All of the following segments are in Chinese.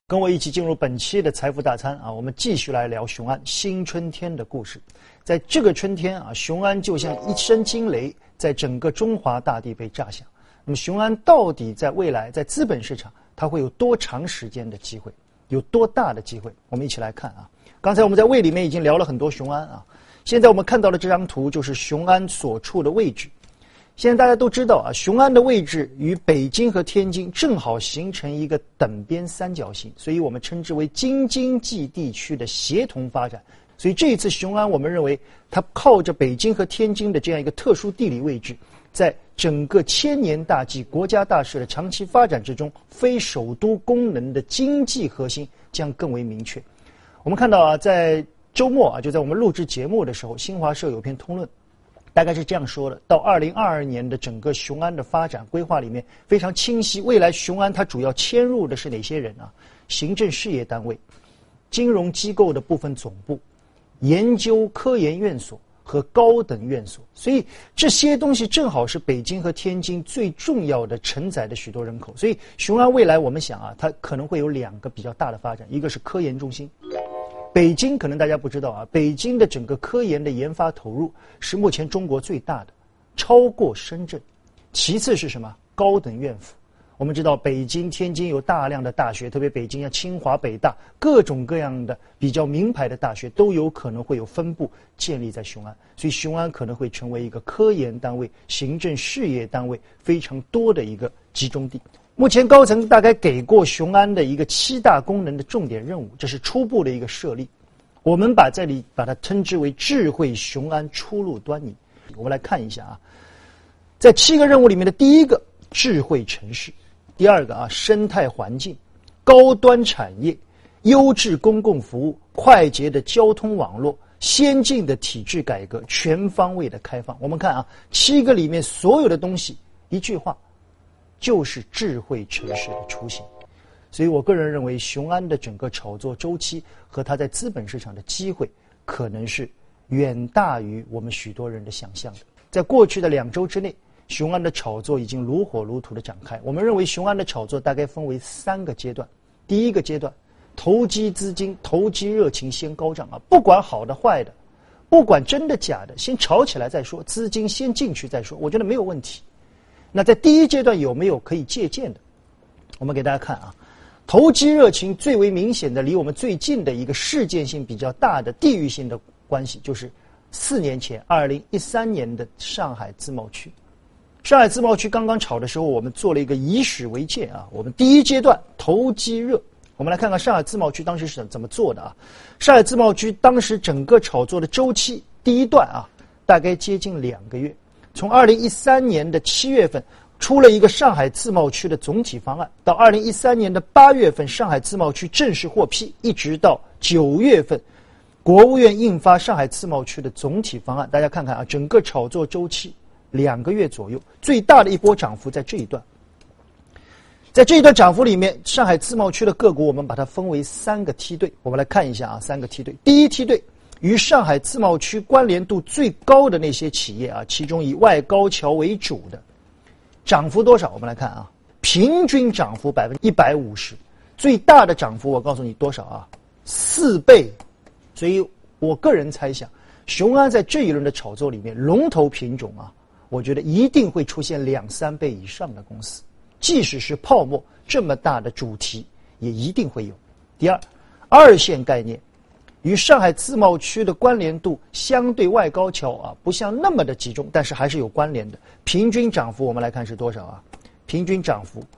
跟我一起进入本期的财富大餐啊，我们继续来聊雄安新春天的故事。在这个春天啊，雄安就像一声惊雷，在整个中华大地被炸响。那么雄安到底在未来在资本市场它会有多长时间的机会，有多大的机会？我们一起来看啊。刚才我们在胃里面已经聊了很多雄安啊，现在我们看到的这张图就是雄安所处的位置。现在大家都知道啊，雄安的位置与北京和天津正好形成一个等边三角形，所以我们称之为京津冀地区的协同发展。所以这一次雄安，我们认为它靠着北京和天津的这样一个特殊地理位置，在整个千年大计、国家大事的长期发展之中，非首都功能的经济核心将更为明确。我们看到啊，在周末啊，就在我们录制节目的时候，新华社有篇通论。大概是这样说的，到2022年的整个雄安的发展规划里面非常清晰，未来雄安它主要迁入的是哪些人啊？行政事业单位、金融机构的部分总部、研究科研院所和高等院所，所以这些东西正好是北京和天津最重要的承载的许多人口。所以雄安未来我们想啊，它可能会有两个比较大的发展，一个是科研中心。北京可能大家不知道啊，北京的整个科研的研发投入是目前中国最大的，超过深圳。其次是什么？高等院府。我们知道北京、天津有大量的大学，特别北京像清华、北大，各种各样的比较名牌的大学都有可能会有分部建立在雄安，所以雄安可能会成为一个科研单位、行政事业单位非常多的一个集中地。目前高层大概给过雄安的一个7大功能的重点任务，这是初步的一个设立。我们把这里把它称之为智慧雄安出路端倪。我们来看一下啊，在7个任务里面的第一个智慧城市，第二个啊生态环境、高端产业、优质公共服务、快捷的交通网络、先进的体制改革、全方位的开放。我们看啊，7个里面所有的东西，一句话就是智慧城市的雏形。所以我个人认为雄安的整个炒作周期和它在资本市场的机会可能是远大于我们许多人的想象的。在过去的2周之内，雄安的炒作已经如火如荼的展开。我们认为雄安的炒作大概分为3个阶段。第一个阶段，投机资金、投机热情先高涨啊，不管好的坏的，不管真的假的，先炒起来再说，资金先进去再说，我觉得没有问题。那在第一阶段有没有可以借鉴的？我们给大家看啊，投机热情最为明显的，离我们最近的一个事件性比较大的地域性的关系，就是4年前2013年的上海自贸区。上海自贸区刚刚炒的时候，我们做了一个以史为鉴啊，我们第一阶段投机热。我们来看看上海自贸区当时是怎么做的啊。上海自贸区当时整个炒作的周期，第一段啊，大概接近2个月。从2013年的7月份出了一个上海自贸区的总体方案，到2013年的8月份上海自贸区正式获批，一直到9月份国务院印发上海自贸区的总体方案。大家看看啊，整个炒作周期2个月左右，最大的一波涨幅在这一段。在这一段涨幅里面，上海自贸区的个股我们把它分为3个梯队。我们来看一下啊，3个梯队。第一梯队与上海自贸区关联度最高的那些企业啊，其中以外高桥为主的，涨幅多少？我们来看啊，平均涨幅150%，最大的涨幅我告诉你多少啊？4倍。所以我个人猜想，雄安在这一轮的炒作里面，龙头品种啊，我觉得一定会出现2-3倍以上的公司，即使是泡沫这么大的主题，也一定会有。第二，二线概念。与上海自贸区的关联度相对外高桥啊，不像那么的集中，但是还是有关联的。平均涨幅我们来看是多少啊？平均涨幅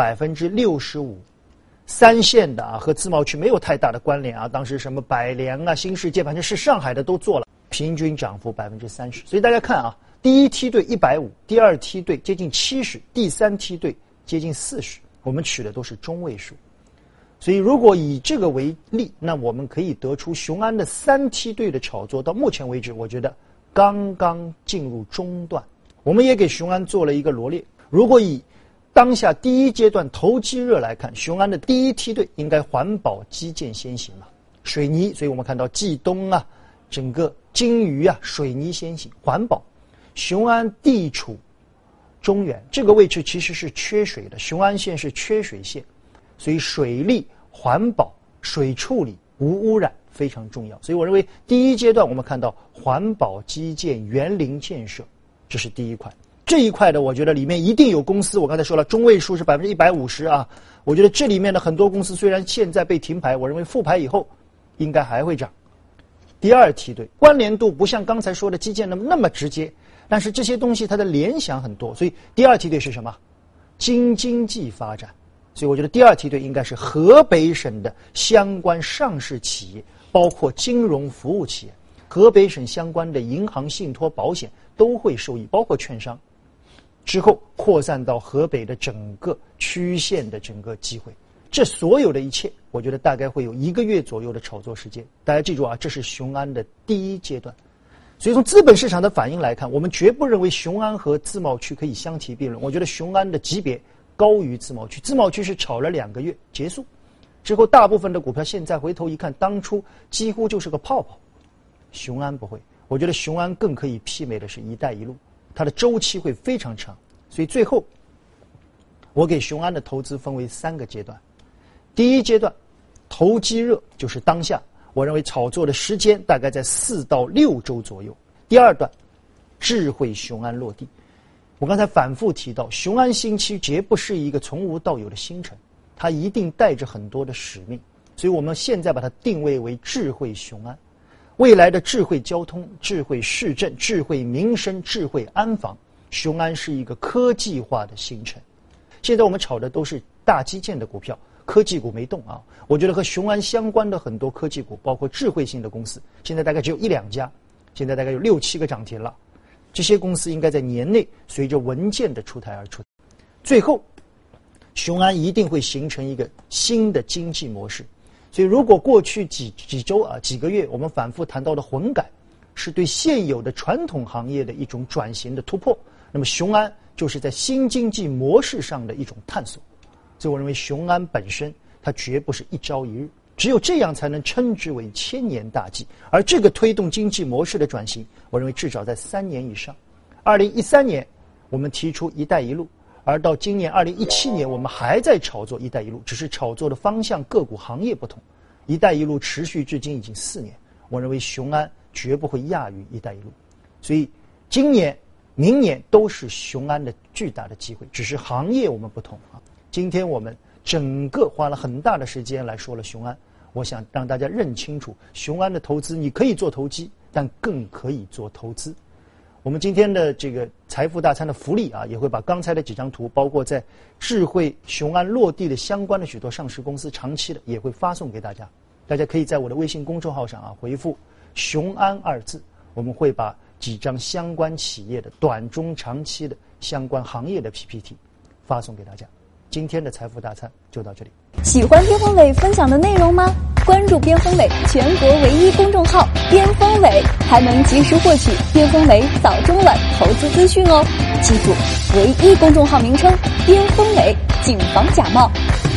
65%。3线的啊和自贸区没有太大的关联啊，当时什么百联啊、新世界，反正是上海的都做了，平均涨幅30%。所以大家看啊，第一梯队150，第二梯队接近70，第3梯队接近40，我们取的都是中位数。所以如果以这个为例，那我们可以得出雄安的3梯队的炒作到目前为止，我觉得刚刚进入中段。我们也给雄安做了一个罗列。如果以当下第一阶段投机热来看，雄安的第一梯队应该环保基建先行嘛，水泥，所以我们看到冀东啊，整个金隅啊，水泥先行，环保。雄安地处中原，这个位置其实是缺水的，雄安县是缺水县。所以水利、 环保、水处理、无污染非常重要。所以我认为第一阶段我们看到环保基建、园林建设，这是第一块。这一块的我觉得里面一定有公司，我刚才说了中位数是150%啊，我觉得这里面的很多公司虽然现在被停牌，我认为复牌以后应该还会涨。第二梯队关联度不像刚才说的基建那么直接，但是这些东西它的联想很多，所以第二梯队是什么？经济发展。所以我觉得第二梯队应该是河北省的相关上市企业，包括金融服务企业，河北省相关的银行、信托、保险都会受益，包括券商。之后扩散到河北的整个区县的整个机会，这所有的一切，我觉得大概会有1个月左右的炒作时间。大家记住啊，这是雄安的第一阶段。所以从资本市场的反应来看，我们绝不认为雄安和自贸区可以相提并论。我觉得雄安的级别高于自贸区，自贸区是炒了2个月结束，之后大部分的股票现在回头一看，当初几乎就是个泡泡。雄安不会，我觉得雄安更可以媲美的是一带一路，它的周期会非常长。所以最后我给雄安的投资分为3个阶段。第一阶段投机热，就是当下我认为炒作的时间大概在4到6周左右。第二段智慧雄安落地，我刚才反复提到，雄安新区绝不是一个从无到有的新城，它一定带着很多的使命，所以我们现在把它定位为智慧雄安。未来的智慧交通、智慧市政、智慧民生、智慧安防，雄安是一个科技化的新城。现在我们炒的都是大基建的股票，科技股没动啊。我觉得和雄安相关的很多科技股，包括智慧性的公司，现在大概只有1-2家，现在大概有6-7个涨停了。这些公司应该在年内随着文件的出台而出。最后雄安一定会形成一个新的经济模式。所以如果过去几周啊、几个月我们反复谈到的混改是对现有的传统行业的一种转型的突破，那么雄安就是在新经济模式上的一种探索。所以我认为雄安本身它绝不是一朝一日，只有这样才能称之为千年大计。而这个推动经济模式的转型，我认为至少在3年以上。2013年我们提出一带一路，而到今年2017年我们还在炒作一带一路，只是炒作的方向、个股、行业不同。一带一路持续至今已经4年，我认为雄安绝不会亚于一带一路。所以今年、明年都是雄安的巨大的机会，只是行业我们不同啊。今天我们整个花了很大的时间来说了雄安，我想让大家认清楚，雄安的投资你可以做投机，但更可以做投资。我们今天的这个财富大餐的福利啊，也会把刚才的几张图，包括在智慧雄安落地的相关的许多上市公司长期的，也会发送给大家。大家可以在我的微信公众号上啊回复雄安2字，我们会把几张相关企业的短中长期的相关行业的 PPT 发送给大家。今天的财富大餐就到这里。 喜欢边锋伟分享的内容吗？关注边锋伟全国唯一公众号边锋伟，还能及时获取边锋伟早中晚投资资讯哦。记住，唯一公众号名称边锋伟，谨防假冒。